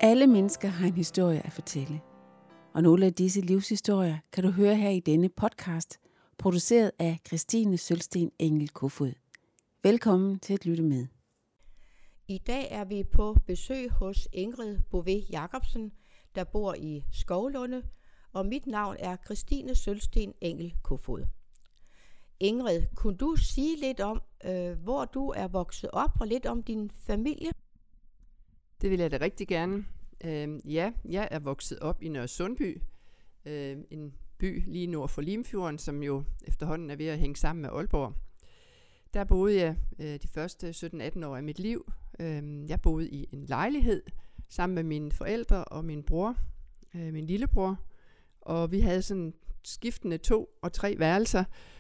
Alle mennesker har en historie at fortælle, og nogle af disse livshistorier kan du høre her i denne podcast, produceret af Christine Sølsten Engel Kofod. Velkommen til at lytte med. I dag er vi på besøg hos Ingrid Bové Jacobsen, der bor i Skovlunde, og mit navn er Christine Sølsten Engel Kofod. Ingrid, kunne du sige lidt om, hvor du er vokset op, og lidt om din familie? Det vil jeg da rigtig gerne. Jeg er vokset op i Nørresundby, en by lige nord for Limfjorden, som jo efterhånden er ved at hænge sammen med Aalborg. Der boede jeg de første 17-18 år af mit liv. Jeg boede i en lejlighed sammen med mine forældre og min bror, min lillebror. Og vi havde sådan skiftende 2 og 3 værelser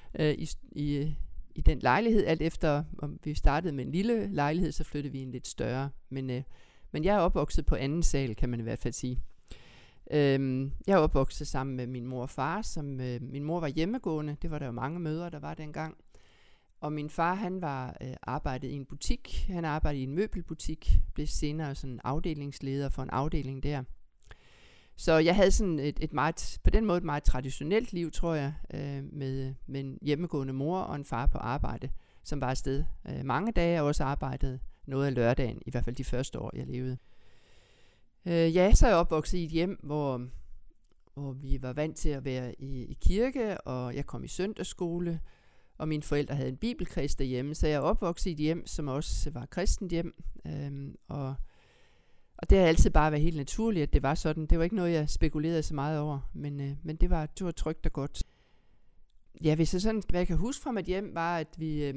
i den lejlighed. Alt efter om vi startede med en lille lejlighed, så flyttede vi en lidt større. Men jeg er opvokset på anden sal, kan man i hvert fald sige. Jeg er opvokset sammen med min mor og far, min mor var hjemmegående. Det var der jo mange mødre, der var dengang. Og min far, han arbejdede i en butik. Han arbejdede i en møbelbutik. Blev senere sådan afdelingsleder for en afdeling der. Så jeg havde sådan på den måde et meget traditionelt liv, tror jeg, med en hjemmegående mor og en far på arbejde, som var afsted mange dage og også arbejdede noget af lørdagen, i hvert fald de første år, jeg levede. Så er jeg opvokset i et hjem, hvor vi var vant til at være i kirke, og jeg kom i søndagsskole, og mine forældre havde en bibelkreds derhjemme, så jeg er opvokset i et hjem, som også var kristent hjem, og det har altid bare været helt naturligt, at det var sådan. Det var ikke noget, jeg spekulerede så meget over, men det var trygt og godt. Ja, hvis jeg sådan, hvad jeg kan huske fra mit hjem, var, at vi...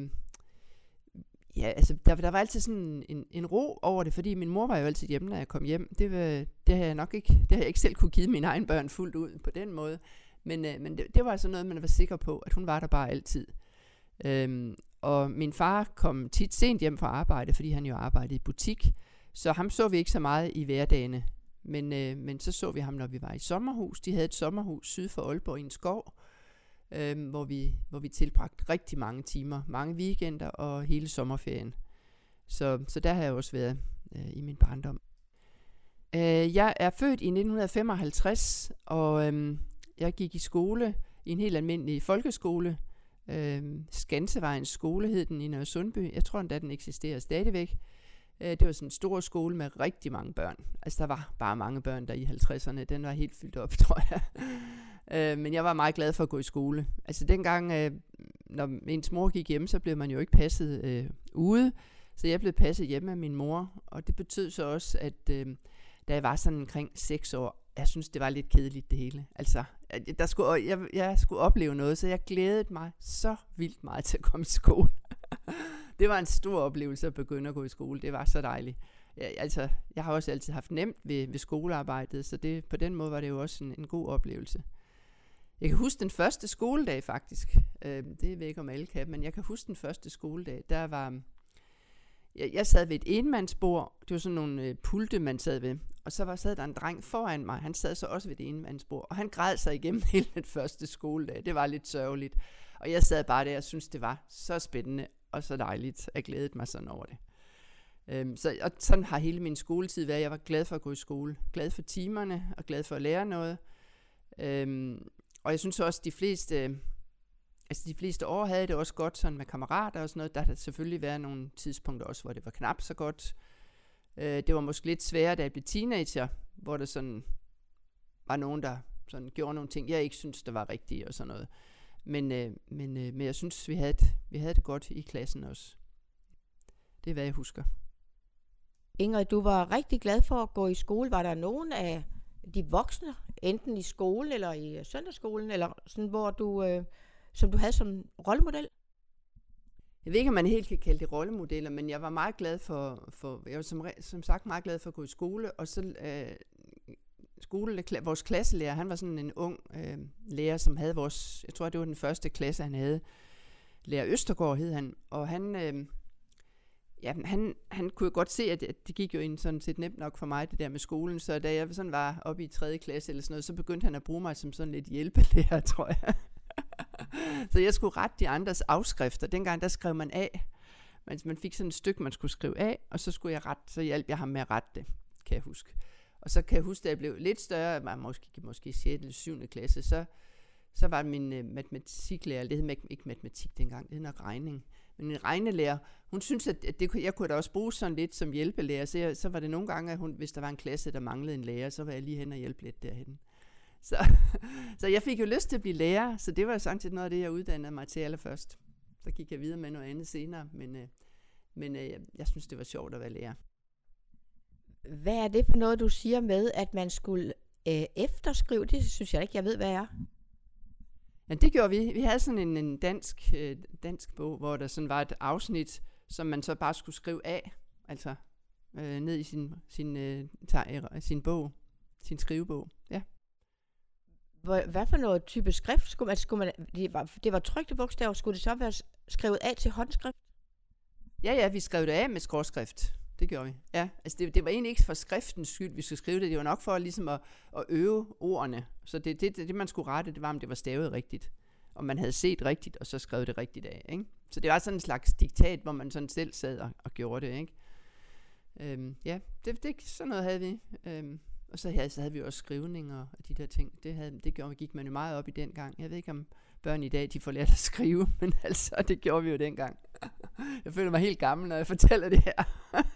der var altid sådan en ro over det, fordi min mor var jo altid hjemme, når jeg kom hjem. Det har jeg ikke selv kunne give mine egne børn fuldt ud på den måde. Men det var altså noget, man var sikker på, at hun var der bare altid. Og min far kom tit sent hjem fra arbejde, fordi han jo arbejdede i butik. Så ham så vi ikke så meget i hverdagene. Men så vi ham, når vi var i sommerhus. De havde et sommerhus syd for Aalborg i en skov, hvor vi tilbragte rigtig mange timer, mange weekender og hele sommerferien. Så der har jeg også været i min barndom. Jeg er født i 1955, og jeg gik i skole i en helt almindelig folkeskole. Skansevejens skole hed den i Nørresundby. Jeg tror endda, den eksisterer stadigvæk. Det var sådan en stor skole med rigtig mange børn. Altså der var bare mange børn der i 50'erne. Den var helt fyldt op, tror jeg. Men jeg var meget glad for at gå i skole. Altså dengang, når ens mor gik hjem, så blev man jo ikke passet ude. Så jeg blev passet hjemme af min mor. Og det betød så også, at da jeg var sådan omkring 6 år, jeg synes det var lidt kedeligt det hele. Altså jeg skulle opleve noget, så jeg glædede mig så vildt meget til at komme i skole. Det var en stor oplevelse at begynde at gå i skole. Det var så dejligt. Jeg har også altid haft nemt ved skolearbejdet, så på den måde var det jo også en god oplevelse. Jeg kan huske den første skoledag faktisk. Det ved jeg ikke om alle kan, men jeg kan huske den første skoledag. Der var... Jeg sad ved et enmandsbord. Det var sådan nogle pulte, man sad ved. Og så sad der en dreng foran mig. Han sad så også ved et enmandsbord. Og han græd sig igennem hele den første skoledag. Det var lidt sørgeligt. Og jeg sad bare der og syntes, det var så spændende og så dejligt. Jeg glædede mig sådan over det. Og sådan har hele min skoletid været. Jeg var glad for at gå i skole. Glad for timerne og glad for at lære noget. Og jeg synes også, de fleste år havde det også godt sådan med kammerater og sådan noget. Der har selvfølgelig været nogle tidspunkter også, hvor det var knap så godt. Det var måske lidt sværere, da jeg blev teenager, hvor der sådan var nogen, der sådan gjorde nogle ting, jeg ikke synes, der var rigtige og sådan noget. Men jeg synes, vi havde det godt i klassen også. Det er, hvad jeg husker. Ingrid, du var rigtig glad for at gå i skole. Var der nogen af de voksne, enten i skolen eller i søndagsskolen, eller sådan, hvor du, som du havde som rollemodel? Jeg ved ikke, om man helt kan kalde det rollemodeller, men jeg var meget glad jeg var som sagt meget glad for at gå i skole, og så vores klasselærer, han var sådan en ung lærer, som havde jeg tror det var den første klasse, han havde. Lærer Østergaard hed han, og han kunne jo godt se, at det gik jo ind sådan set nemt nok for mig, det der med skolen, så da jeg sådan var oppe i 3. klasse eller sådan noget, så begyndte han at bruge mig som sådan lidt hjælpelærer, tror jeg. Så jeg skulle rette de andres afskrifter. Dengang der skrev man af. Man fik sådan et stykke, man skulle skrive af, og så skulle jeg rette, så hjalp jeg ham med at rette det, kan jeg huske. Og så kan jeg huske, da jeg blev lidt større, var måske 6. eller 7. klasse, så var min matematiklærer, det hed ikke matematik dengang, det hed nok regning, men en regnelærer, hun syntes, at jeg kunne da også bruge sådan lidt som hjælpelærer, så var det nogle gange, at hvis der var en klasse, der manglede en lærer, så var jeg lige hen og hjælpe lidt derhen. Så jeg fik jo lyst til at blive lærer, så det var samtidig noget af det, jeg uddannede mig til allerførst. Så gik jeg videre med noget andet senere, men jeg synes, det var sjovt at være lærer. Hvad er det for noget, du siger med, at man skulle efterskrive? Det synes jeg ikke, jeg ved, hvad er. Ja, det gjorde vi. Vi havde sådan en dansk bog, hvor der sådan var et afsnit, som man så bare skulle skrive af, altså ned i sin bog, sin skrivebog. Ja. Hvad for noget type skrift skulle man det var trykte bogstaver, skulle det så være skrevet af til håndskrift? Ja, vi skrev det af med skråskrift. Det gjorde vi. Ja, altså det var egentlig ikke for skriftens skyld, vi skulle skrive det. Det var nok for ligesom at øve ordene. Så det man skulle rette, det var, om det var stavet rigtigt. Om man havde set rigtigt, og så skrev det rigtigt af. Ikke? Så det var sådan en slags diktat, hvor man sådan selv sad og gjorde det. Ikke? Sådan noget havde vi. Og så havde vi også skrivninger og de der ting. Gik man jo meget op i dengang. Jeg ved ikke, om børn i dag, de får lært at skrive, men altså, det gjorde vi jo dengang. Jeg føler mig helt gammel, når jeg fortæller det her.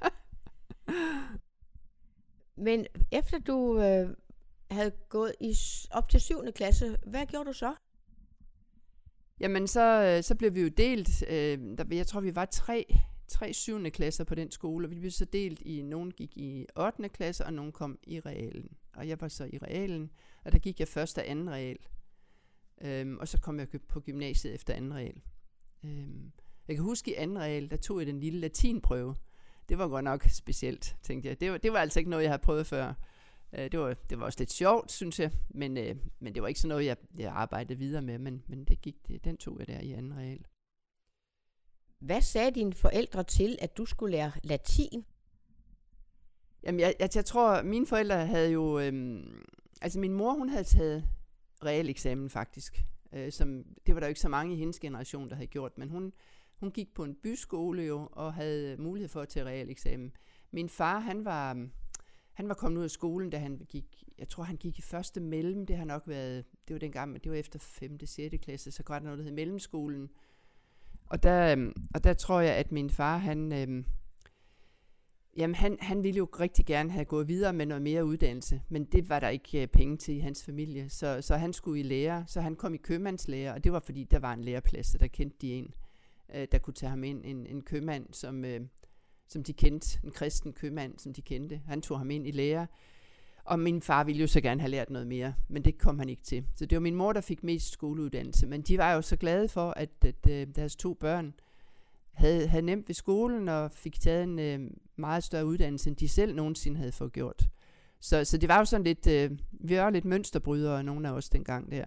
Men efter du havde gået op til 7. klasse, hvad gjorde du så? Jamen, så blev vi jo delt. Jeg tror, vi var tre 7. klasser på den skole, og vi blev så delt i, nogen gik i 8. klasse, og nogen kom i realen. Og jeg var så i realen, og der gik jeg først af 2. real. Og så kom jeg på gymnasiet efter 2. real. Jeg kan huske, i 2. real, der tog jeg den lille latinprøve. Det var godt nok specielt, tænkte jeg. Det var altså ikke noget, jeg havde prøvet før. Det var også lidt sjovt, synes jeg, men det var ikke sådan noget, jeg arbejdede videre med, men den tog jeg der i 2. real. Hvad sagde dine forældre til, at du skulle lære latin? Jamen, jeg tror, mine forældre havde jo... altså, min mor, hun havde taget realeksamen faktisk. Det var der jo ikke så mange i hendes generation, der havde gjort, men hun gik på en byskole jo, og havde mulighed for at tage realeksamen. Min far, han var kommet ud af skolen, da han gik... Jeg tror, han gik i første mellem. Det har nok været... Det var dengang, det var efter 5. og 6. klasse, så var der noget, der hed mellemskolen. Og der tror jeg, at min far, han ville jo rigtig gerne have gået videre med noget mere uddannelse, men det var der ikke penge til i hans familie, så han skulle i lære, så han kom i købmandslære, og det var fordi, der var en læreplads, der kendte de en, der kunne tage ham ind, en købmand, som de kendte, en kristen købmand, som de kendte. Han tog ham ind i lære, og min far ville jo så gerne have lært noget mere, men det kom han ikke til. Så det var min mor, der fik mest skoleuddannelse, men de var jo så glade for, at deres 2 børn havde nemt ved skolen og fik taget en meget større uddannelse, end de selv nogensinde havde fået gjort. Så det var jo sådan lidt, vi var lidt mønsterbrydere, nogle af os dengang der.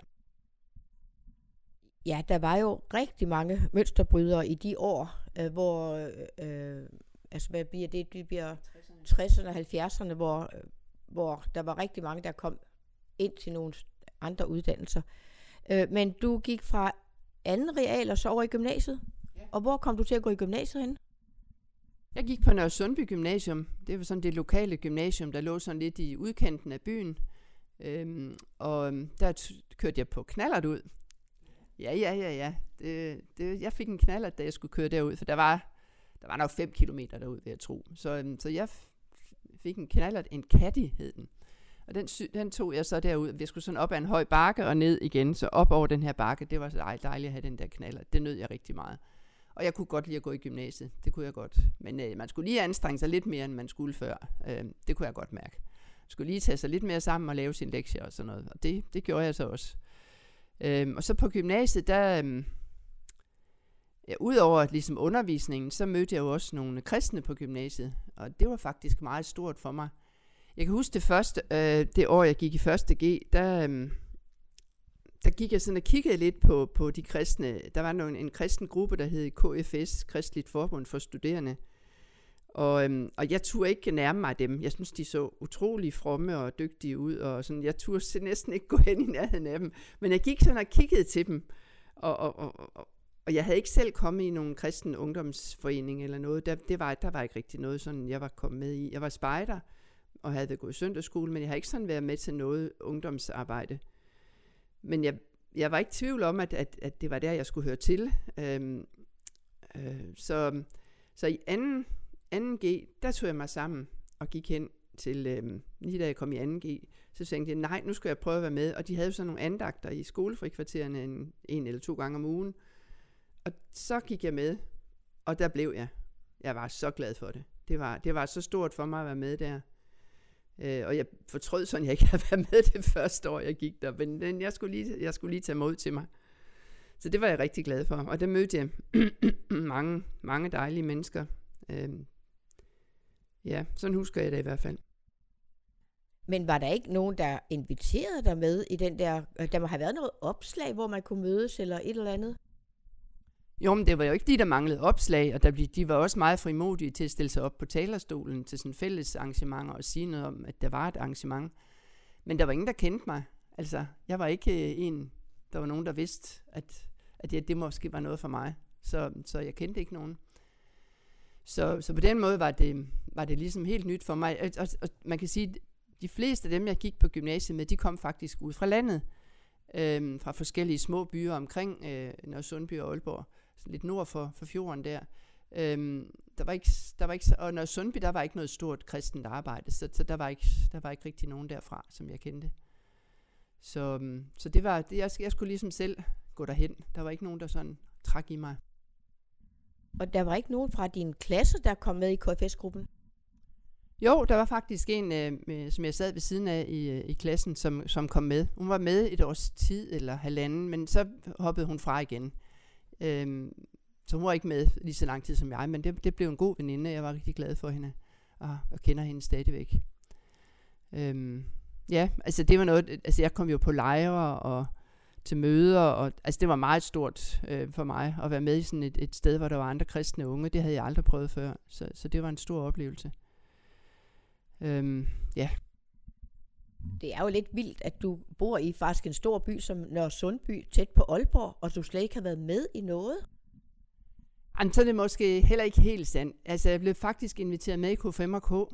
Ja, der var jo rigtig mange mønsterbrydere i de år, hvor, hvad bliver det? Det bliver 60'erne og 70'erne, hvor der var rigtig mange, der kom ind til nogle andre uddannelser. Men du gik fra 2. real og så over i gymnasiet? Ja. Og hvor kom du til at gå i gymnasiet hen? Jeg gik på Nørre Sundby Gymnasium. Det var sådan det lokale gymnasium, der lå sådan lidt i udkanten af byen. Og der kørte jeg på knallert ud. Ja. Jeg fik en knallert, da jeg skulle køre derud, for der var nok 5 kilometer derud, vil jeg tro. Så jeg fik en knallert, en Caddy hed den. Og den tog jeg så derud. Vi skulle sådan op ad en høj bakke og ned igen, så op over den her bakke. Det var så dejligt at have den der knallert. Det nød jeg rigtig meget. Og jeg kunne godt lide at gå i gymnasiet. Det kunne jeg godt. Men man skulle lige anstrenge sig lidt mere, end man skulle før. Det kunne jeg godt mærke. Man skulle lige tage sig lidt mere sammen og lave sin lektier og sådan noget. Og det gjorde jeg så også. Og så på gymnasiet, der... udover ligesom undervisningen, så mødte jeg jo også nogle kristne på gymnasiet. Og det var faktisk meget stort for mig. Jeg kan huske det år, jeg gik i 1. G, der gik jeg sådan og kiggede lidt på de kristne. Der var en kristen gruppe, der hed KFS, Kristeligt Forbund for Studerende. Og jeg turde ikke nærme mig dem. Jeg synes, de så utrolig fromme og dygtige ud. Og sådan, jeg turde næsten ikke gå hen i nærheden af dem. Men jeg gik sådan og kiggede til dem. Og jeg havde ikke selv kommet i nogen kristen ungdomsforening eller noget. Der var ikke rigtig noget, sådan jeg var kommet med i. Jeg var spejder, og havde gået i søndagsskole, men jeg har ikke sådan været med til noget ungdomsarbejde. Men jeg var ikke i tvivl om, at det var der, jeg skulle høre til. Så i 2G, der tog jeg mig sammen og gik hen til, lige da jeg kom i 2G, så tænkte jeg, nej, nu skal jeg prøve at være med. Og de havde jo sådan nogle andagter i skolefrikvartererne en eller 2 gange om ugen. Og så gik jeg med, og der blev jeg. Jeg var så glad for det. Det var så stort for mig at være med der. Og jeg fortrød sådan, at jeg ikke havde været med det første år, jeg gik der. Men jeg skulle lige tage mod til mig. Så det var jeg rigtig glad for. Og der mødte jeg mange dejlige mennesker. Ja, sådan husker jeg det i hvert fald. Men var der ikke nogen, der inviterede dig med i den der må have været noget opslag, hvor man kunne mødes eller et eller andet? Jo, men det var jo ikke de, der manglede opslag, og de var også meget frimodige til at stille sig op på talerstolen til sådan fælles arrangementer og sige noget om, at der var et arrangement. Men der var ingen, der kendte mig. Altså, jeg var ikke der var nogen, der vidste, at det måske var noget for mig. Så jeg kendte ikke nogen. Så på den måde var det ligesom helt nyt for mig. Og man kan sige, de fleste af dem, jeg gik på gymnasiet med, de kom faktisk ud fra landet. Fra forskellige små byer omkring Nørresundby og Aalborg. Lidt nord for fjorden der. Der var ikke, og Nørresundby, der var ikke noget stort kristent arbejde, så der var ikke rigtig nogen derfra, som jeg kendte. Så det var, jeg skulle ligesom selv gå derhen. Der var ikke nogen, der sådan trak i mig. Og der var ikke nogen fra din klasse, der kom med i KFS-gruppen? Jo, der var faktisk en, som jeg sad ved siden af i klassen, som kom med. Hun var med et års tid eller halvanden, men så hoppede hun fra igen. Så hun var ikke med lige så lang tid som jeg, men det blev en god veninde. Jeg var rigtig glad for hende, og kender hende stadigvæk. Ja, altså det var noget, altså jeg kom jo på lejre og til møder, og altså det var meget stort for mig at være med i sådan et sted, hvor der var andre kristne unge. Det havde jeg aldrig prøvet før, så det var en stor oplevelse. Ja. Det er jo lidt vildt, at du bor i faktisk en stor by som Nørresundby, tæt på Aalborg, og du slet ikke har været med i noget. Så er det måske heller ikke helt sandt. Altså, jeg blev faktisk inviteret med i K5K.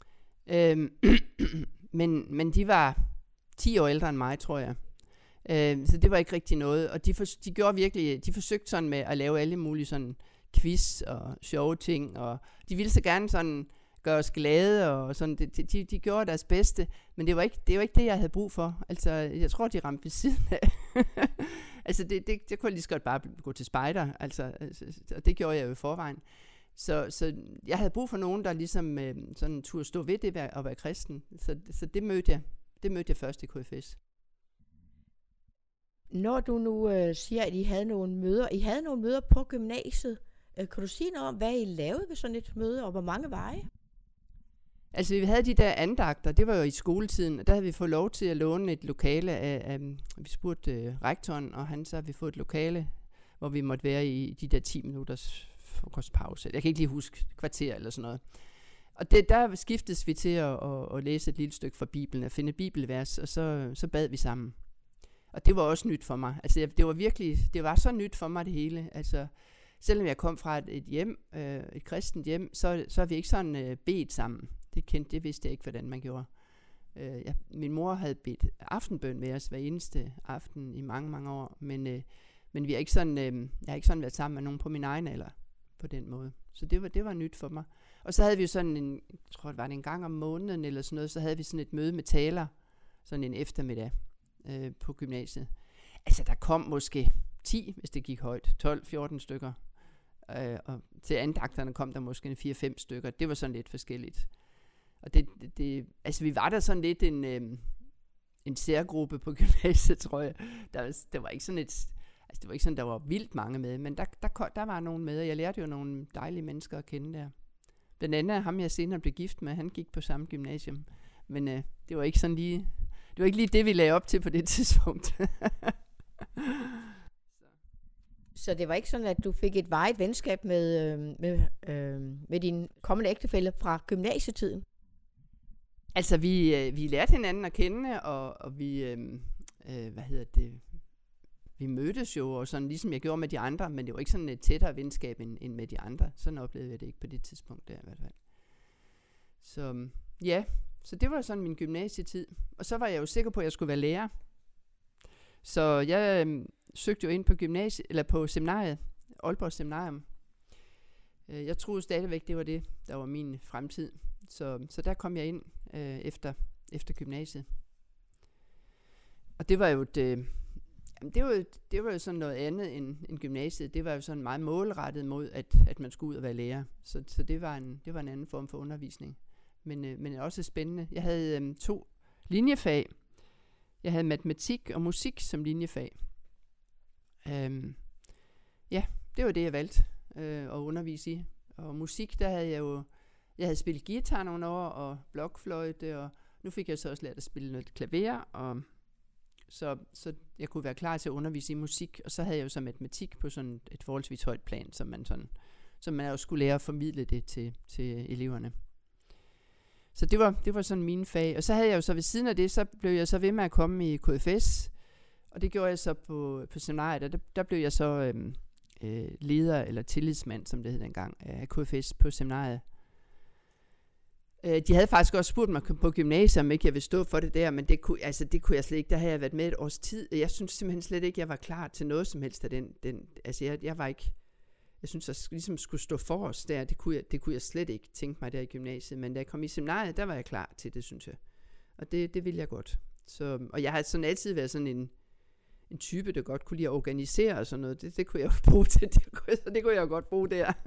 Men de var 10 år ældre end mig, tror jeg. Så det var ikke rigtig noget. Og de gjorde virkelig, de forsøgte sådan med at lave alle mulige sådan quiz og sjove ting. Og de ville så gerne sådan gøre os glade, og sådan, de gjorde deres bedste, men det var ikke det, jeg havde brug for. Altså, jeg tror, de ramte ved siden af. Altså, det kunne jeg lige så godt bare gå til spejder, altså, og det gjorde jeg jo i forvejen. Så jeg havde brug for nogen, der ligesom sådan turde stå ved det at være kristen. Så det mødte jeg først i KFS. Når du nu siger, at I havde nogle møder på gymnasiet, kan du sige noget om, hvad I lavede ved sådan et møde, og hvor mange var I? Altså, vi havde de der andagter, det var jo i skoletiden, og der havde vi fået lov til at låne et lokale af vi spurgte rektoren, og han så havde vi fået et lokale, hvor vi måtte være i de der 10 minutters frokostpause. Jeg kan ikke lige huske kvarter eller sådan noget. Og der skiftes vi til at læse et lille stykke fra Bibelen, at finde bibelvers, og så bad vi sammen. Og det var også nyt for mig. Altså, det var så nyt for mig det hele. Altså, selvom jeg kom fra et hjem, et kristent hjem, så har vi ikke sådan bedt sammen. Det vidste jeg ikke, hvordan man gjorde. Min mor havde bedt aftenbøn med os hver eneste aften i mange, mange år, men vi har ikke sådan, jeg har ikke sådan været sammen med nogen på min egen alder på den måde. Så det var nyt for mig. Og så havde vi jo sådan jeg tror det var en gang om måneden eller sådan noget, så havde vi sådan et møde med taler, sådan en eftermiddag på gymnasiet. Altså der kom måske 10, hvis det gik højt, 12-14 stykker. Og til andagterne kom der måske 4-5 stykker. Det var sådan lidt forskelligt. Og altså vi var der sådan lidt en særgruppe på gymnasiet, tror jeg. Der var ikke sådan det var ikke sådan, der var vildt mange med, men der var nogen med, og jeg lærte jo nogle dejlige mennesker at kende der. Blandt andet ham, jeg senere blev gift med, han gik på samme gymnasium. Men det var ikke sådan lige, det vi lagde op til på det tidspunkt. Så det var ikke sådan, at du fik et varigt venskab med din kommende ægtefælle fra gymnasietiden? Altså, vi lærte hinanden at kende, og vi, vi mødtes jo, og sådan ligesom jeg gjorde med de andre, men det var ikke sådan et tættere venskab end med de andre. Sådan oplevede jeg det ikke på det tidspunkt der i hvert fald. Så ja, Så det var sådan min gymnasietid. Og så var jeg jo sikker på, at jeg skulle være lærer. Så jeg søgte jo ind på på seminariet, Aalborg Seminarium. Jeg troede stadigvæk, det var det, der var min fremtid. Så der kom jeg ind efter gymnasiet. Og det var jo det var jo sådan noget andet end gymnasiet. Det var jo sådan meget målrettet mod, at man skulle ud og være lærer. Så det var en anden form for undervisning. Men også spændende. Jeg havde 2 linjefag. Jeg havde matematik og musik som linjefag. Det var det, jeg valgte at undervise i. Og musik, der havde jeg havde spillet guitar nogle år og blokfløjte, og nu fik jeg så også lært at spille noget klaver, og så jeg kunne være klar til at undervise i musik. Og så havde jeg jo så matematik på sådan et forholdsvis højt plan, så man også skulle lære at formidle det til eleverne. Så det var sådan mine fag. Og så havde jeg jo så ved siden af det, så blev jeg så ved med at komme i KFS. Og det gjorde jeg så på seminariet, og der blev jeg så leder eller tillidsmand, som det hed dengang, af KFS på seminariet. De havde faktisk også spurgt mig på gymnasiet, om ikke jeg ville stå for det der, men det kunne jeg slet ikke. Der havde jeg været med et års tid. Jeg synes simpelthen slet ikke, jeg var klar til noget som helst af den. Altså jeg var ikke. Jeg synes, jeg ligesom skulle stå for os der. Det kunne jeg slet ikke tænke mig der i gymnasiet. Men da jeg kom i seminariet, der var jeg klar til det, synes jeg. Og det ville jeg godt. Og jeg har sådan altid været sådan en type, der godt kunne lide at organisere og sådan noget. Det kunne jeg jo bruge til. Det kunne jeg jo godt bruge der.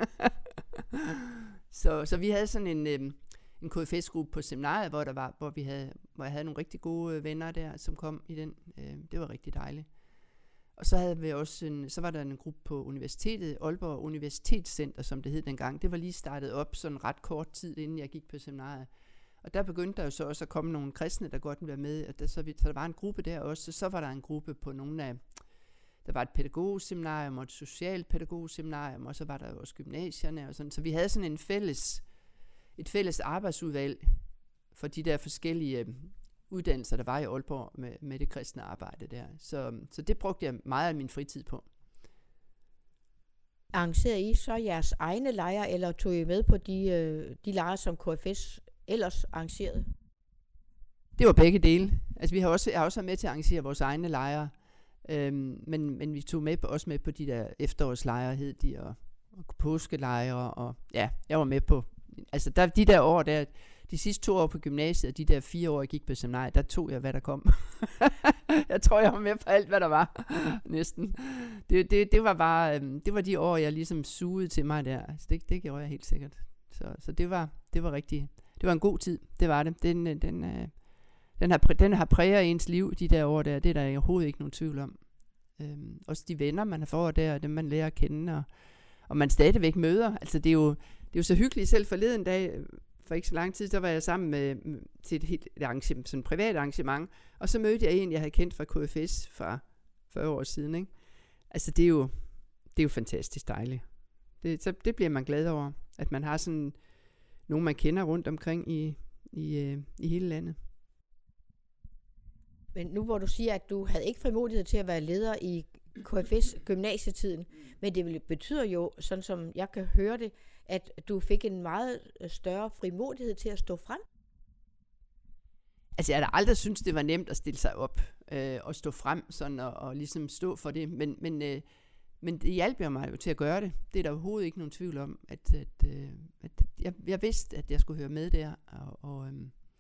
Så vi havde sådan en KFS-gruppe på seminariet, hvor jeg havde nogle rigtig gode venner der, som kom i den. Det var rigtig dejligt. Og så havde vi også så var der en gruppe på universitetet, Aalborg Universitetscenter, som det hed dengang. Det var lige startet op sådan ret kort tid, inden jeg gik på seminariet. Og der begyndte der jo så også at komme nogle kristne, der godt ville være med. Og så der var en gruppe der også. Så var der en gruppe på nogle af. Der var et pædagogseminarium og et socialpædagogseminarium, og så var der jo også gymnasierne og sådan. Så vi havde sådan et fælles arbejdsudvalg for de der forskellige uddannelser, der var i Aalborg med det kristne arbejde der. Så det brugte jeg meget af min fritid på. Arrangerede I så jeres egne lejre, eller tog I med på de lejre, som KFS ellers arrangerede? Det var begge dele. Altså jeg har også været med til at arrangere vores egne lejre, men vi tog også med på de der efterårslejre, hed de, og påskelejre, og ja, jeg var med på. Altså de der år der, de sidste 2 år på gymnasiet, og de der 4 år, jeg gik på seminariet, der tog jeg, hvad der kom. Jeg tror, jeg var med på alt, hvad der var, næsten. Det var bare, det var de år, jeg ligesom sugede til mig der. Altså, det gjorde jeg helt sikkert. Så det var rigtig, det var en god tid, det var det. Den har præget ens liv, de der år der, det er der overhovedet ikke nogen tvivl om. Også de venner, man har fået der, og dem man lærer at kende, og man stadigvæk møder. Altså det er jo så hyggeligt. Selv forleden dag, for ikke så lang tid, der var jeg sammen til et arrangement, sådan et privat arrangement, og så mødte jeg en, jeg havde kendt fra KFS for 40 år siden. Ikke? Altså det er jo fantastisk dejligt. Det bliver man glad over, at man har sådan nogen, man kender rundt omkring i hele landet. Men nu hvor du siger, at du havde ikke frimodighed til at være leder i KFS gymnasietiden, men det betyder jo, sådan som jeg kan høre det, at du fik en meget større frimodighed til at stå frem? Altså jeg har aldrig syntes, det var nemt at stille sig op og stå frem sådan og ligesom stå for det, men det hjalp jo mig jo til at gøre det. Det er der overhovedet ikke nogen tvivl om, at jeg vidste, at jeg skulle høre med der, og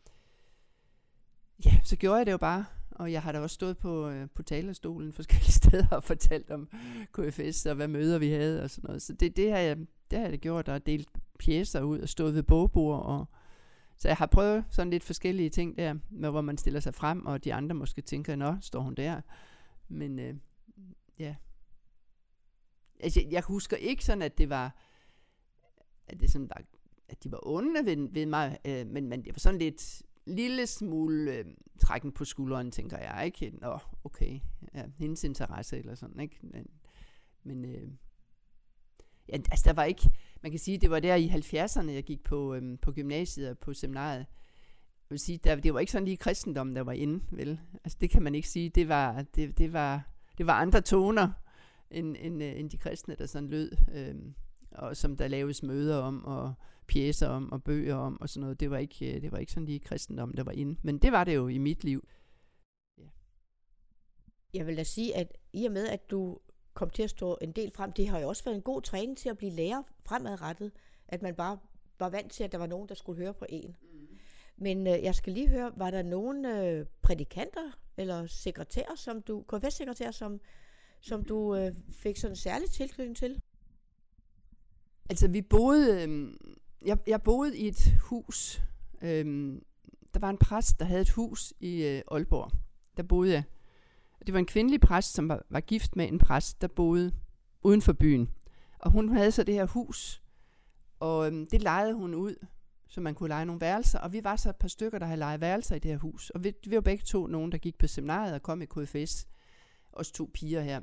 ja, så gjorde jeg det jo bare. Og jeg har da også stået på talerstolen forskellige steder og fortalt om KFS og hvad møder vi havde og sådan noget. Så det har jeg gjort, og delt pjecer ud og stået ved bogbord. Så jeg har prøvet sådan lidt forskellige ting der, med hvor man stiller sig frem, og de andre måske tænker, nå, står hun der? Men ja. Altså, jeg husker ikke sådan, at det sådan var, at de var onde ved mig, men det var sådan lidt lille smule trækken på skulderen, tænker jeg, ikke? Nå, okay, ja, hendes interesse eller sådan, ikke? Men ja, altså der var ikke, man kan sige, det var der i 70'erne, jeg gik på gymnasiet og på seminariet. Jeg vil sige, det var ikke sådan lige kristendommen, der var inde, vel? Altså det kan man ikke sige, det var andre toner, end de kristne, der sådan lød. og som der laves møder om, og pjecer om, og bøger om, og sådan noget. Det var ikke sådan lige kristendom, der var inde. Men det var det jo i mit liv. Ja. Jeg vil da sige, at i og med, at du kom til at stå en del frem, det har jo også været en god træning til at blive lærer fremadrettet, at man bare var vant til, at der var nogen, der skulle høre på en. Men jeg skal lige høre, var der nogen prædikanter eller sekretærer, som du, KFS-sekretærer, som du fik sådan en særlig tilknytning til? Altså vi boede, jeg boede i et hus. Der var en præst, der havde et hus i Aalborg. Der boede jeg. Det var en kvindelig præst, som var gift med en præst, der boede uden for byen. Og hun havde så det her hus, og det lejede hun ud, så man kunne leje nogle værelser. Og vi var så et par stykker, der havde lejet værelser i det her hus. Og vi var begge to nogen, der gik på seminariet og kom i KFS. Os 2 piger her.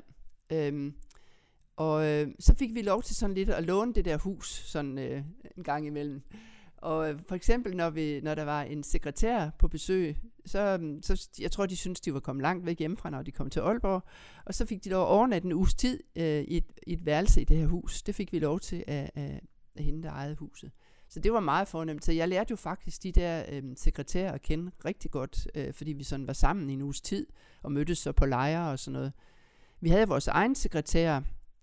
Så fik vi lov til sådan lidt at låne det der hus sådan en gang imellem. Og for eksempel, når der var en sekretær på besøg, så jeg tror, de syntes, de var kommet langt væk hjemmefra, når de kom til Aalborg. Og så fik de lov at overnatte en uges tid i et værelse i det her hus. Det fik vi lov til af hende, der ejede huset. Så det var meget fornemt. Så jeg lærte jo faktisk de der sekretærer at kende rigtig godt, fordi vi sådan var sammen i en uges tid, og mødtes så på lejre og sådan noget. Vi havde vores egen sekretær.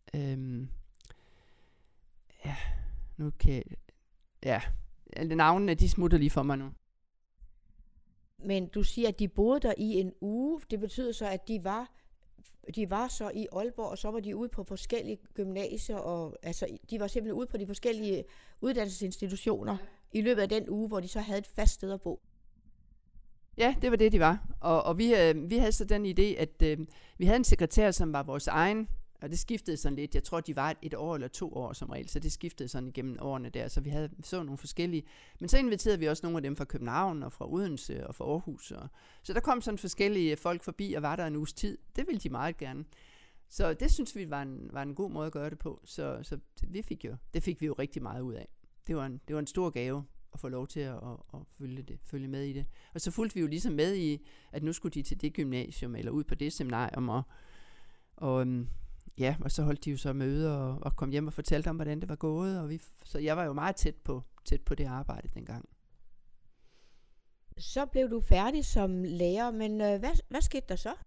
Navnene, de smutter lige for mig nu. Men du siger, at de boede der i en uge. Det betyder så, at de var så i Aalborg, og så var de ude på forskellige gymnasier, og altså de var simpelthen ude på de forskellige uddannelsesinstitutioner i løbet af den uge, hvor de så havde et fast sted at bo. Ja, det var det, de var. Og vi havde så den idé, at vi havde en sekretær, som var vores egen, og det skiftede sådan lidt. Jeg tror, de var 1 år eller 2 år som regel, så det skiftede sådan igennem årene der. Så vi havde så nogle forskellige. Men så inviterede vi også nogle af dem fra København og fra Odense og fra Aarhus. Så der kom sådan forskellige folk forbi og var der en uges tid. Det ville de meget gerne. Så det synes vi var en god måde at gøre det på. Så det fik vi jo rigtig meget ud af. Det var en stor gave at få lov til at følge med i det. Og så fulgte vi jo ligesom med i, at nu skulle de til det gymnasium eller ud på det seminarium og så holdt de jo så møder og kom hjem og fortalte om, hvordan det var gået. Så jeg var jo meget tæt på det arbejde dengang. Så blev du færdig som lærer, men hvad skete der så?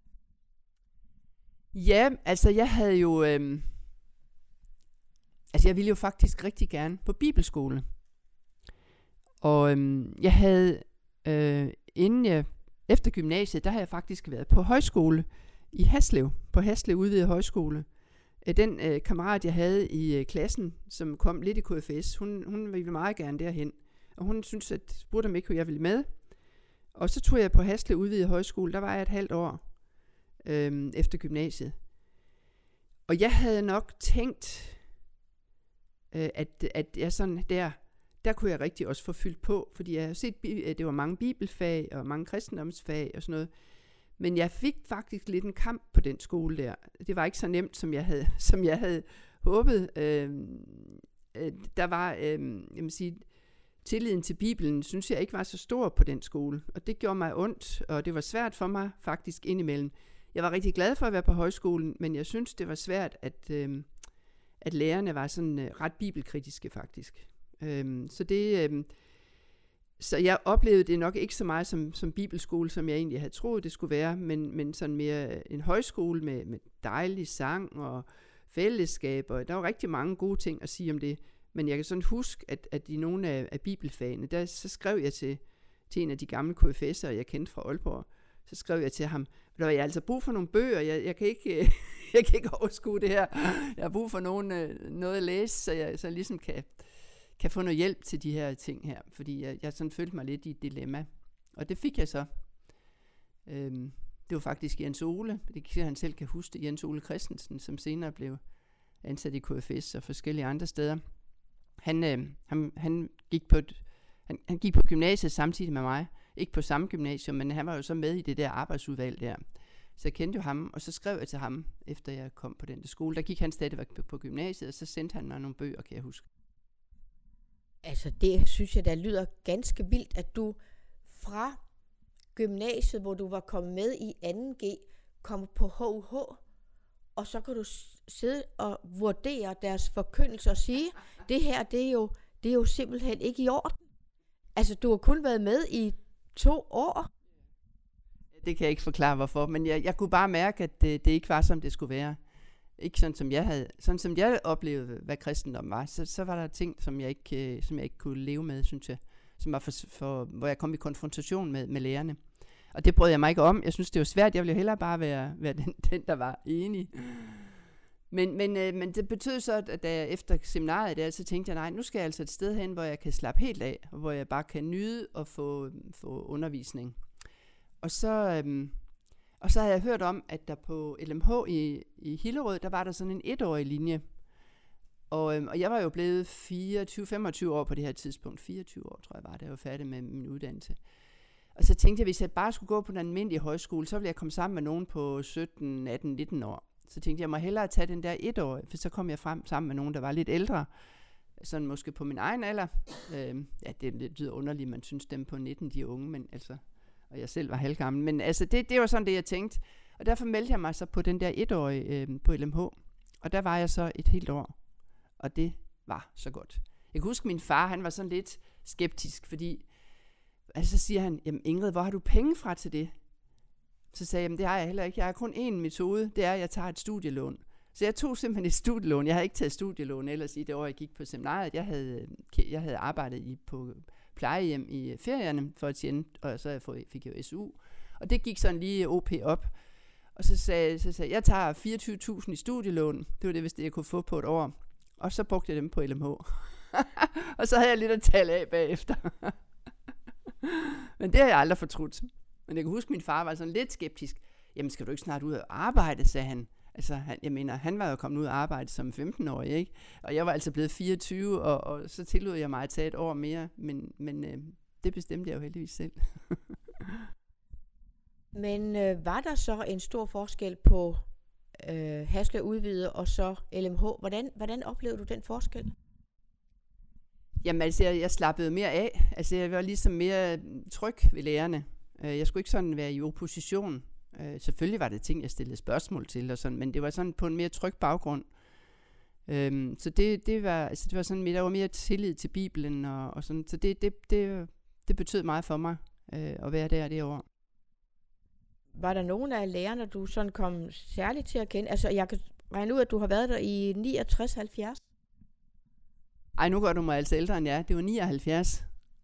Ja, altså jeg havde jo... jeg ville jo faktisk rigtig gerne på bibelskole. Og jeg havde... efter gymnasiet, der havde jeg faktisk været på højskole i Haslev. På Haslev udvidet højskole. Den kammerat, jeg havde i klassen, som kom lidt i KFS, hun ville meget gerne derhen. Og hun syntes, spurgte om ikke, jeg ville med. Og så tog jeg på Haslev udvidet højskole. Der var jeg et halvt år efter gymnasiet. Og jeg havde nok tænkt, at jeg sådan der kunne jeg rigtig også få fyldt på. Fordi jeg havde set, at det var mange bibelfag og mange kristendomsfag og sådan noget. Men jeg fik faktisk lidt en kamp på den skole der. Det var ikke så nemt, som jeg havde håbet. Der var, jeg vil sige, tilliden til Bibelen, synes jeg ikke var så stor på den skole. Og det gjorde mig ondt, og det var svært for mig faktisk indimellem. Jeg var rigtig glad for at være på højskolen, men jeg synes, det var svært, at lærerne var sådan ret bibelkritiske faktisk. Så jeg oplevede det nok ikke så meget som bibelskole, som jeg egentlig havde troet, det skulle være, men sådan mere en højskole med dejlig sang og fællesskab, og der var rigtig mange gode ting at sige om det. Men jeg kan sådan huske, at i nogle af bibelfagene, så skrev jeg til en af de gamle KFS'ere, jeg kendte fra Aalborg, så skrev jeg til ham, der var jeg altså brug for nogle bøger, jeg kan ikke overskue det her, jeg har brug for noget at læse, så jeg så ligesom kan få noget hjælp til de her ting her, fordi jeg sådan følte mig lidt i et dilemma. Og det fik jeg så. Det var faktisk Jens Ole, det kan han selv kan huske, Jens Ole Christensen, som senere blev ansat i KFS og forskellige andre steder. Han gik på gymnasiet samtidig med mig. Ikke på samme gymnasium, men han var jo så med i det der arbejdsudvalg der. Så jeg kendte jo ham, og så skrev jeg til ham, efter jeg kom på den der skole. Der gik han stadigvæk på gymnasiet, og så sendte han mig nogle bøger, kan jeg huske. Altså det synes jeg, der lyder ganske vildt, at du fra gymnasiet, hvor du var kommet med i 2G, kom på HUH og så kan du sidde og vurdere deres forkyndelse og sige, det her, det er jo simpelthen ikke i orden. Altså, du har kun været med i 2 år. Det kan jeg ikke forklare, hvorfor, men jeg kunne bare mærke, at det ikke var, som det skulle være. Ikke sådan, som jeg oplevede, hvad kristendom var. Så var der ting, som jeg ikke kunne leve med, synes jeg. Som var hvor jeg kom i konfrontation med lærerne. Og det brød jeg mig ikke om. Jeg synes, det var svært. Jeg ville jo hellere bare være den, der var enig. Men det betød så, at da jeg efter seminariet der, så tænkte jeg, nej, nu skal jeg altså et sted hen, hvor jeg kan slappe helt af, og hvor jeg bare kan nyde og få undervisning. Og så havde jeg hørt om, at der på LMH i Hillerød, der var der sådan en 1-årig linje. Og jeg var jo blevet 24-25 år på det her tidspunkt. 24 år, tror jeg var, da jeg var færdig med min uddannelse. Og så tænkte jeg, hvis jeg bare skulle gå på den almindelige højskole, så ville jeg komme sammen med nogen på 17, 18, 19 år. Så tænkte jeg må hellere tage den der 1-årige, for så kom jeg frem sammen med nogen, der var lidt ældre. Sådan måske på min egen alder. Det lyder underligt, man synes dem på 19, de er unge, men altså... Og jeg selv var halvgammel. Men altså, det var sådan det, jeg tænkte. Og derfor meldte jeg mig så på den der 1-årige på LMH. Og der var jeg så et helt år. Og det var så godt. Jeg kan huske, min far, han var sådan lidt skeptisk, fordi... Altså, så siger han, jamen Ingrid, hvor har du penge fra til det? Så sagde jeg, jamen det har jeg heller ikke. Jeg har kun én metode, det er, at jeg tager et studielån. Så jeg tog simpelthen et studielån. Jeg havde ikke taget studielån ellers i det år, jeg gik på seminariet. Jeg havde arbejdet på plejehjem i ferierne for at tjene, og så fik jeg jo SU. Og det gik sådan lige OP op. Og så sagde jeg tager 24.000 i studielån. Det var det, hvis det jeg kunne få på et år. Og så brugte jeg dem på LMH. Og så havde jeg lidt at tale af bagefter. Men det har jeg aldrig fortrudt. Men jeg kan huske, at min far var sådan lidt skeptisk. Jamen, skal du ikke snart ud og arbejde, sagde han. Altså, han var jo kommet ud og arbejde som 15-årig, ikke? Og jeg var altså blevet 24, og så tillod jeg mig at tage et år mere. Men det bestemte jeg jo heldigvis selv. Men var der så en stor forskel på Hasle Udvide og så LMH? Hvordan oplevede du den forskel? Jamen altså, jeg slappede mere af. Altså, jeg var ligesom mere tryg ved lærerne. Jeg skulle ikke sådan være i opposition. Selvfølgelig var det ting, jeg stillede spørgsmål til, og sådan, men det var sådan på en mere tryg baggrund. Så det var sådan, der var mere tillid til Bibelen, og sådan. Så det betød meget for mig at være der det år. Var der nogen af lærerne, du sådan kom særligt til at kende? Altså, jeg kan regne ud, at du har været der i 69-70. Ej, nu gør du mig altså ældre end jeg. Det var 79.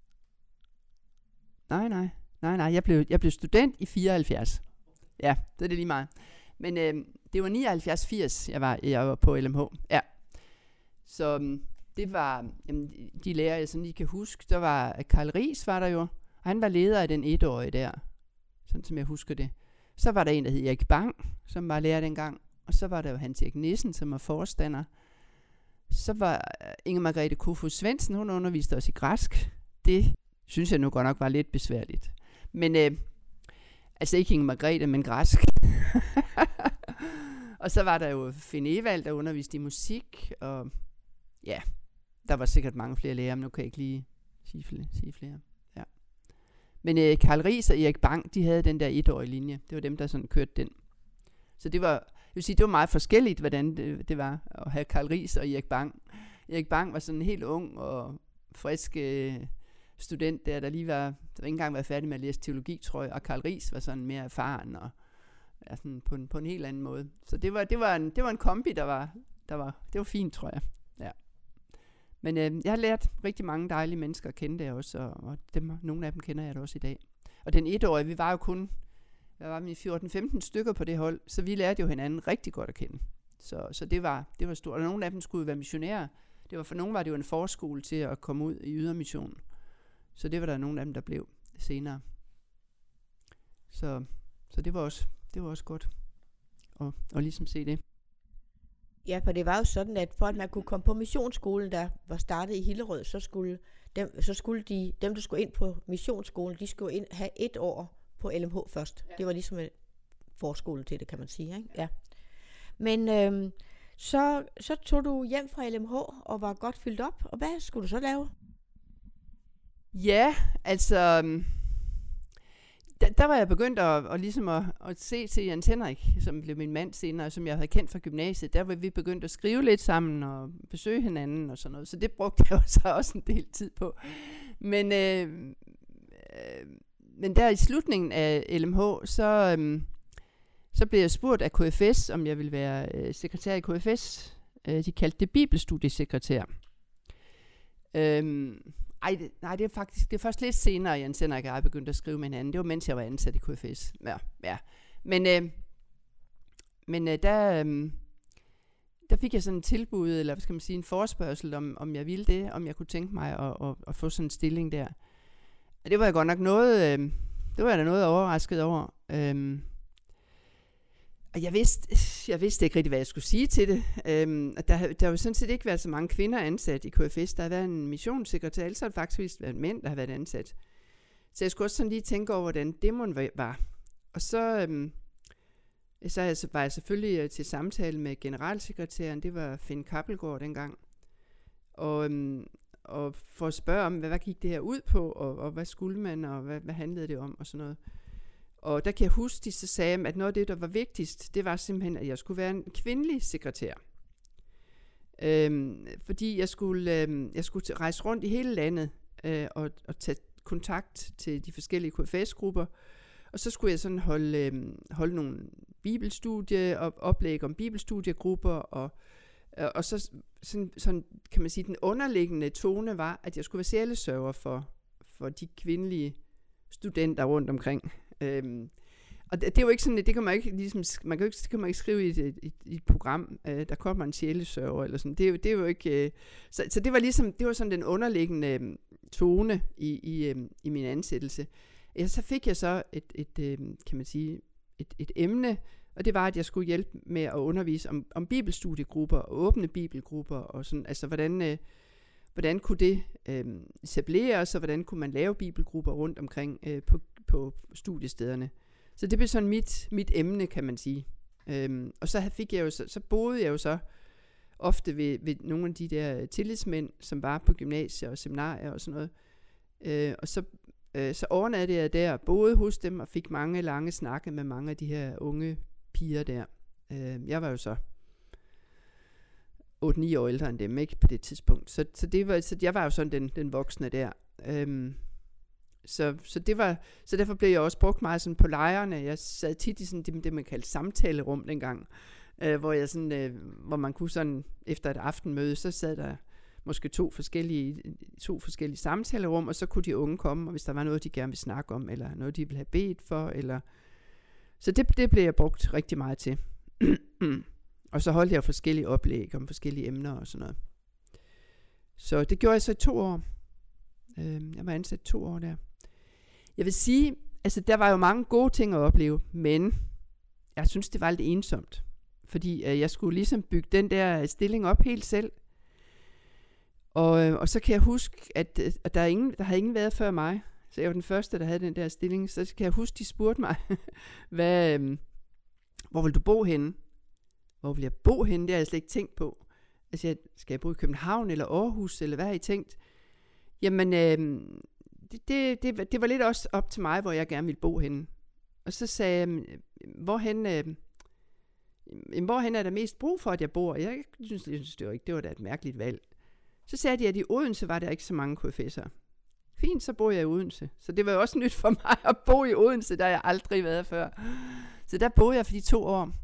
Nej. Jeg blev student i 74. Ja, det er det lige meget. Men det var 79-80, jeg var på LMH. Ja. Så det var, de lærere, jeg sådan lige kan huske, der var Karl Riis, var der jo. Og han var leder af den 1-årige der, sådan som jeg husker det. Så var der en, der hed Erik Bang, som var lærer dengang. Og så var der jo Hans Erik Nissen, som var forstander. Så var Inge Margrethe Kofod Svendsen, hun underviste os i græsk. Det synes jeg nu godt nok var lidt besværligt. Men altså ikke Inge Margrethe, men græsk. Og så var der jo Finn Evald, der underviste i musik. Og ja, der var sikkert mange flere lærere, men nu kan jeg ikke lige sige flere. Ja. Men Karl Riis og Erik Bang, de havde den der 1-årige linje. Det var dem, der sådan kørte den. Så det var... Jeg vil sige, det var meget forskelligt, hvordan det var at have Karl Riis og Erik Bang. Erik Bang var sådan en helt ung og frisk student der lige var ikke engang været færdig med at læse teologi, tror jeg. Og Karl Riis var sådan mere erfaren og ja, sådan på en helt anden måde. Så det var en kombi, det var fint, tror jeg. Ja. Men jeg har lært rigtig mange dejlige mennesker at kende der også, og nogle af dem kender jeg da også i dag. Og den 1-årige, vi var jo kun... Der var 14-15 stykker på det hold, så vi lærte jo hinanden rigtig godt at kende. Så det var stort. Og nogle af dem skulle være missionærer. For nogle var det jo en forskole til at komme ud i ydermission. Så det var der nogle af dem, der blev senere. Så det var også godt at ligesom se det. Ja, for det var jo sådan, at for at man kunne komme på missionsskolen, der var startet i Hillerød, så skulle dem, der skulle ind på missionsskolen, de skulle have 1 år på LMH først. Ja. Det var ligesom en forskole til det, kan man sige. Ikke? Ja. Men så tog du hjem fra LMH og var godt fyldt op. Og hvad skulle du så lave? Ja, altså... der var jeg begyndt at se til Jens Henrik, som blev min mand senere, som jeg havde kendt fra gymnasiet. Der var vi begyndt at skrive lidt sammen og besøge hinanden og sådan noget. Så det brugte jeg jo så også en del tid på. Men der i slutningen af LMH, så blev jeg spurgt af KFS, om jeg ville være sekretær i KFS. De kaldte det bibelstudiesekretær. Det er først lidt senere, Jens Henrik og jeg begyndte at skrive med hinanden. Det var mens jeg var ansat i KFS. Ja. Men der fik jeg sådan et tilbud, eller hvad skal man sige, en forespørgsel, om jeg ville det, om jeg kunne tænke mig at få sådan en stilling der. Og det var jeg godt nok noget, det var jeg da noget overrasket over. Og jeg vidste ikke rigtig, hvad jeg skulle sige til det. Der har jo sådan set ikke været så mange kvinder ansat i KFS. Der har været en missionssekretær, ellers har det faktisk været mænd, der har været ansat. Så jeg skulle også sådan lige tænke over, hvordan det var. Og så var jeg selvfølgelig til samtale med generalsekretæren. Det var Finn Kappelgaard dengang. Og for at spørge om, hvad gik det her ud på, og hvad skulle man, og hvad handlede det om, og sådan noget. Og der kan jeg huske, de så sagde, at noget af det, der var vigtigst, det var simpelthen, at jeg skulle være en kvindelig sekretær. Fordi jeg skulle rejse rundt i hele landet og tage kontakt til de forskellige KFS-grupper. Og så skulle jeg sådan holde nogle bibelstudie og oplæg om bibelstudiegrupper. Og så sådan kan man sige, den underliggende tone var, at jeg skulle være sjælesørger for de kvindelige studenter rundt omkring. Og det er jo ikke sådan, det kan man ikke ligesom, det kan man ikke skrive i et program, der kommer en sjælesørger eller sådan. Det er jo ikke så det var ligesom, det var sådan den underliggende tone i min ansættelse. Så fik jeg så kan man sige et emne, og det var, at jeg skulle hjælpe med at undervise om bibelstudiegrupper og åbne bibelgrupper og sådan, altså hvordan kunne det etableres, og hvordan kunne man lave bibelgrupper rundt omkring på studiestederne. Så det blev sådan mit emne, kan man sige. Og så boede jeg jo så ofte ved nogle af de der tillidsmænd, som var på gymnasier og seminarier og sådan noget. Og så overnattede jeg der, boede hos dem og fik mange lange snakke med mange af de her unge piger der. Jeg var jo så 8-9 år ældre end dem, ikke, på det tidspunkt. Så jeg var jo sådan den voksne der. Så derfor blev jeg også brugt meget sådan på lejrene. Jeg sad tit i sådan det man kaldte samtalerum dengang, hvor man kunne sådan efter et aftenmøde, så sad der måske to forskellige samtalerum, og så kunne de unge komme, og hvis der var noget de gerne ville snakke om, eller noget de ville have bedt for, eller så det blev jeg brugt rigtig meget til. Og så holdt jeg forskellige oplæg om forskellige emner og sådan noget. Så det gjorde jeg så i 2 år. Jeg var ansat 2 år der. Jeg vil sige, altså der var jo mange gode ting at opleve, men jeg synes, det var lidt ensomt. Fordi jeg skulle ligesom bygge den der stilling op helt selv. Og så kan jeg huske, at der havde ingen været før mig. Så jeg var den første, der havde den der stilling. Så kan jeg huske, de spurgte mig, hvor vil du bo henne? Hvor vil jeg bo henne? Det har jeg slet ikke tænkt på. Altså, skal jeg bo i København eller Aarhus, eller hvad har I tænkt? Jamen, det var lidt også op til mig, hvor jeg gerne ville bo henne. Og så sagde jeg, hvorhen er der mest brug for, at jeg bor? Jeg synes det var da et mærkeligt valg. Så sagde de, at i Odense var der ikke så mange KFS'er. Fint, så bor jeg i Odense. Så det var jo også nyt for mig at bo i Odense, der har jeg aldrig været før. Så der boede jeg for de 2 år.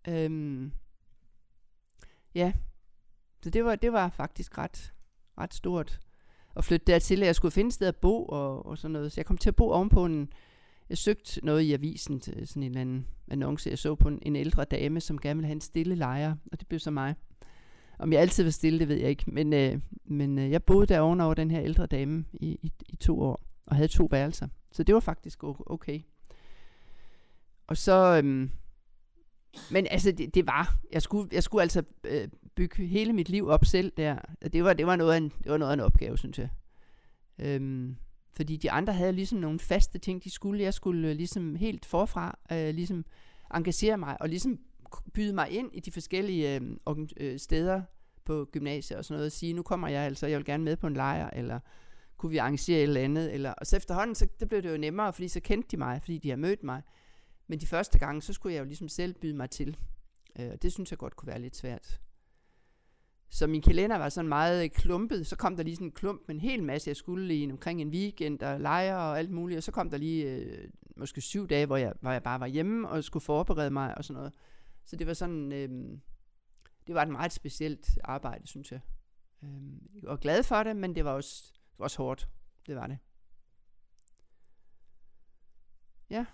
Ja, så det var faktisk ret stort at flytte dertil, at jeg skulle finde et sted at bo og sådan noget. Så jeg kom til at bo ovenpå jeg søgte noget i avisen, til sådan en eller anden annonce. Jeg så på en ældre dame, som gerne ville have en stille lejer, og det blev så mig. Om jeg altid var stille, det ved jeg ikke, men jeg boede der ovenover den her ældre dame i 2 år, og havde 2 værelser. Så det var faktisk okay. Og så men altså det var jeg skulle altså bygge hele mit liv op selv der. Det var noget af en opgave, synes jeg. Fordi de andre havde ligesom nogle faste ting de skulle. Jeg skulle ligesom helt forfra ligesom engagere mig og ligesom byde mig ind i de forskellige steder på gymnasiet og sådan noget og sige, nu kommer jeg vil gerne med på en lejr, eller kunne vi arrangere et eller andet. Og så efterhånden, det blev det jo nemmere, fordi så kendte de mig, fordi de har mødt mig. Men de første gange, så skulle jeg jo ligesom selv byde mig til. Og det synes jeg godt kunne være lidt svært. Så min kalender var sådan meget klumpet. Så kom der lige sådan en klump med en hel masse, jeg skulle i omkring en weekend og lejre og alt muligt. Og så kom der lige måske 7 dage, hvor jeg bare var hjemme og skulle forberede mig og sådan noget. Så det var sådan, det var et meget specielt arbejde, synes jeg. Jeg var glad for det, men det var også hårdt. Det var det. Ja.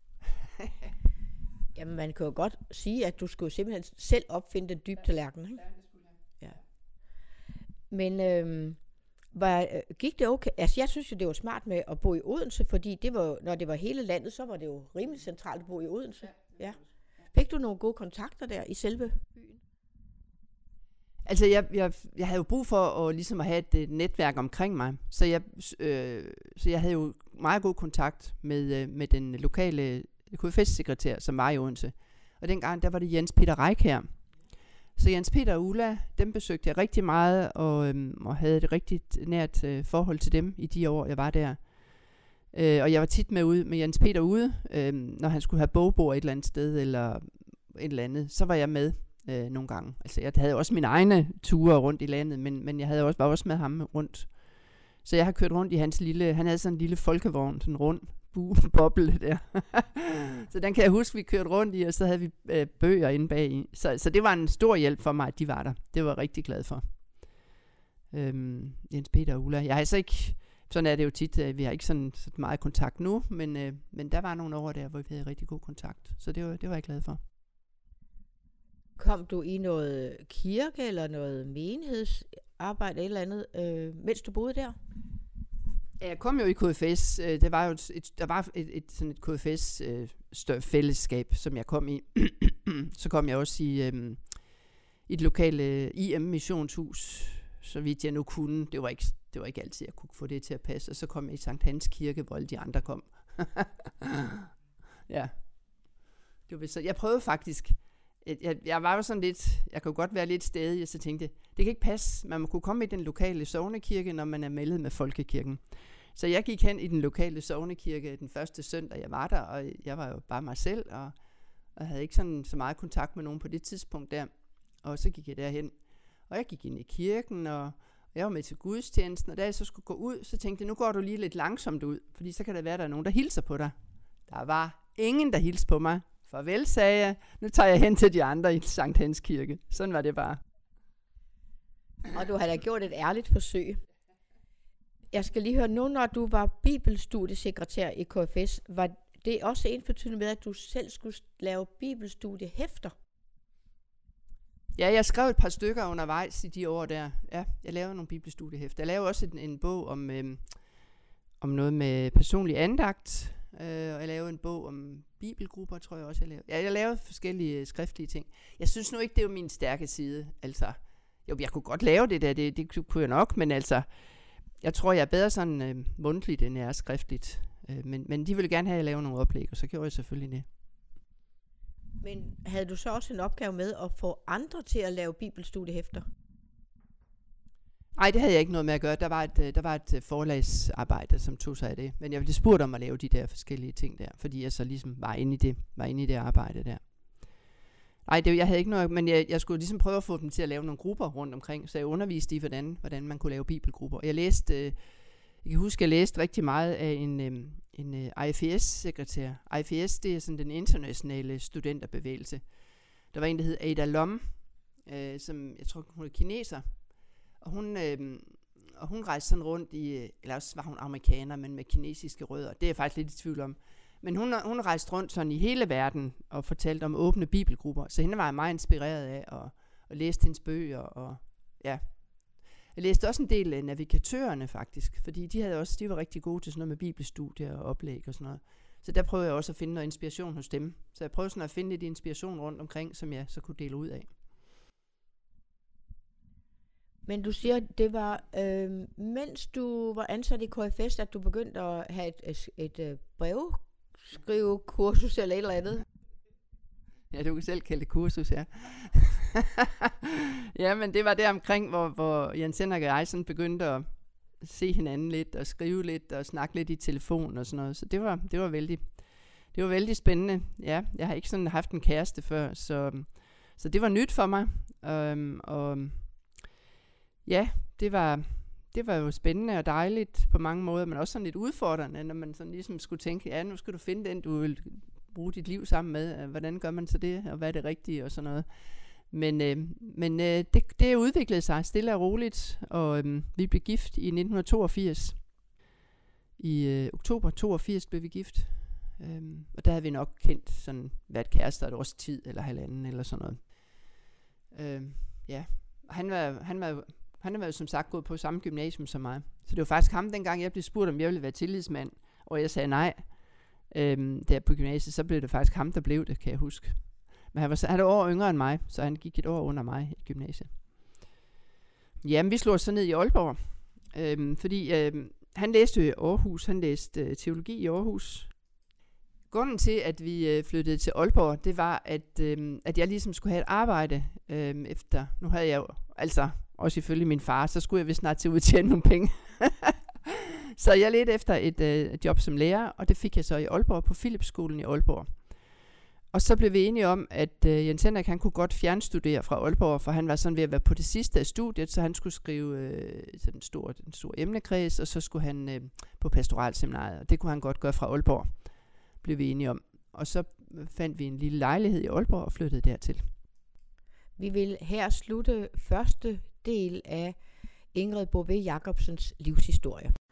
Jamen, man kan jo godt sige, at du skulle simpelthen selv opfinde den dybe tallerken, ikke? Ja, det skulle jeg. Ja. Men gik det okay? Altså, jeg synes jo, det var smart med at bo i Odense, fordi det var, når det var hele landet, så var det jo rimelig centralt at bo i Odense. Ja. Fik du nogle gode kontakter der i selve byen? Altså, jeg havde jo brug for ligesom at have et netværk omkring mig, så jeg havde jo meget god kontakt med den lokale KFS-sekretær, som var i Odense. Og dengang, der var det Jens Peter Reich her. Så Jens Peter og Ulla, dem besøgte jeg rigtig meget, og havde et rigtig nært forhold til dem i de år, jeg var der. Og jeg var tit med Jens Peter ude, når han skulle have bogbord et eller andet sted, eller et eller andet, så var jeg med nogle gange. Altså, jeg havde også mine egne ture rundt i landet, men jeg var også med ham rundt. Så jeg har kørt rundt i han havde sådan en lille folkevogn, sådan en rund boble der. Så den kan jeg huske, vi kørte rundt i, og så havde vi bøger inde bag i. Så det var en stor hjælp for mig, at de var der. Det var jeg rigtig glad for. Jens Peter og Ulla. Jeg har altså ikke, sådan er det jo tit, vi har ikke sådan meget kontakt nu, men der var nogle år der, hvor vi havde rigtig god kontakt. Så det var jeg glad for. Kom du i noget kirke eller noget menighedsarbejde eller andet, mens du boede der? Jeg kom jo i KFS. Der var jo sådan et KFS fællesskab, som jeg kom i. Så kom jeg også i et lokale IM missionshus, så vidt jeg nu kunne. Det var ikke altid, jeg kunne få det til at passe. Og så kom jeg i Sankt Hans Kirke, hvor alle de andre kom. Ja. Det var så. Jeg prøvede faktisk. Jeg var jo sådan lidt, jeg kunne godt være lidt stædig, og så tænkte det kan ikke passe, man må kunne komme i den lokale sognekirke, når man er meldet med folkekirken. Så jeg gik hen i den lokale sognekirke den første søndag, jeg var der, og jeg var jo bare mig selv, og havde ikke sådan så meget kontakt med nogen på det tidspunkt der. Og så gik jeg derhen, og jeg gik ind i kirken, og jeg var med til gudstjenesten, og da jeg så skulle gå ud, så tænkte jeg, nu går du lige lidt langsomt ud, fordi så kan der være, der er nogen, der hilser på dig. Der var ingen, der hilste på mig. Farvel, sagde jeg. Nu tager jeg hen til de andre i Sankt Hans Kirke. Sådan var det bare. Og du har da gjort et ærligt forsøg. Jeg skal lige høre, nu når du var bibelstudiesekretær i KFS, var det også ensbetydende med, at du selv skulle lave bibelstudiehæfter? Ja, jeg skrev et par stykker undervejs i de år der. Ja, jeg lavede nogle bibelstudiehæfter. Jeg lavede også en bog om noget med personlig andagt. Og jeg lavede en bog om bibelgrupper, tror jeg også, jeg lavede. Ja, jeg lavede forskellige skriftlige ting. Jeg synes nu ikke, det var min stærke side. Altså, jo, jeg kunne godt lave det der, det kunne jeg nok, men altså, jeg tror, jeg er bedre sådan mundtligt, end jeg er skriftligt. Men de ville gerne have, at jeg lavede nogle oplæg, og så gjorde jeg selvfølgelig det. Men havde du så også en opgave med at få andre til at lave bibelstudiehæfter? Nej, det havde jeg ikke noget med at gøre. Der var et forlagsarbejde, som tog sig af det. Men jeg blev spurgt om at lave de der forskellige ting der, fordi jeg så ligesom var inde i det arbejde der. Nej, jeg havde ikke noget, men jeg skulle ligesom prøve at få dem til at lave nogle grupper rundt omkring, så jeg underviste i, hvordan man kunne lave bibelgrupper. Jeg kan huske, jeg læste rigtig meget af en IFES-sekretær. IFES, det er sådan den internationale studenterbevægelse. Der var en, der hed Ada Lom, som jeg tror, hun er kineser. Og hun rejste sådan rundt eller også var hun amerikaner, men med kinesiske rødder. Det er jeg faktisk lidt i tvivl om. Men hun rejste rundt sådan i hele verden og fortalte om åbne bibelgrupper. Så hende var jeg meget inspireret af og læste hendes bøger. Og ja. Jeg læste også en del af navigatørerne faktisk, fordi de var rigtig gode til sådan noget med bibelstudier og oplæg og sådan noget. Så der prøvede jeg også at finde noget inspiration hos dem. Så jeg prøvede sådan at finde lidt inspiration rundt omkring, som jeg så kunne dele ud af. Men du siger, det var, mens du var ansat i KFS, at du begyndte at have et brevskrivekursus eller et eller andet? Ja, du kan selv kalde det kursus, ja. Ja, men det var der omkring, hvor Jens Henrik og jeg sådan begyndte se hinanden lidt, og skrive lidt, og snakke lidt i telefon og sådan noget. Så det var vældig spændende. Ja, jeg har ikke sådan haft en kæreste før, så det var nyt for mig. Og ja, det var jo spændende og dejligt på mange måder, men også sådan lidt udfordrende, når man sådan ligesom skulle tænke, ja, nu skal du finde den, du vil bruge dit liv sammen med. Hvordan gør man så det, og hvad er det rigtige, og sådan noget. Men det udviklede sig stille og roligt, og vi blev gift i 1982. I oktober 82 blev vi gift. Og der havde vi nok kendt sådan, været kærester et års tid, eller halvanden, eller sådan noget. Ja, og han var jo som sagt gået på samme gymnasium som mig. Så det var faktisk ham, dengang jeg blev spurgt, om jeg ville være tillidsmand, og jeg sagde nej. Der på gymnasiet, så blev det faktisk ham, der blev det, kan jeg huske. Men han er år yngre end mig, så han gik et år under mig i gymnasiet. Jamen, vi slog os så ned i Aalborg, fordi han læste jo i Aarhus, han læste teologi i Aarhus. Grunden til, at vi flyttede til Aalborg, det var, at jeg ligesom skulle have et arbejde efter. Nu havde jeg jo, altså også ifølge min far, så skulle jeg vist snart til at udtjene nogle penge. Så jeg ledte efter et job som lærer, og det fik jeg så i Aalborg, på Philipsskolen i Aalborg. Og så blev vi enige om, at Jens Henrik, han kunne godt fjernstudere fra Aalborg, for han var sådan ved at være på det sidste af studiet, så han skulle skrive en stor emnekreds, og så skulle han på pastoralseminariet, og det kunne han godt gøre fra Aalborg, blev vi enige om. Og så fandt vi en lille lejlighed i Aalborg og flyttede dertil. Vi vil her slutte første del af Ingrid Bové Jacobsens livshistorie.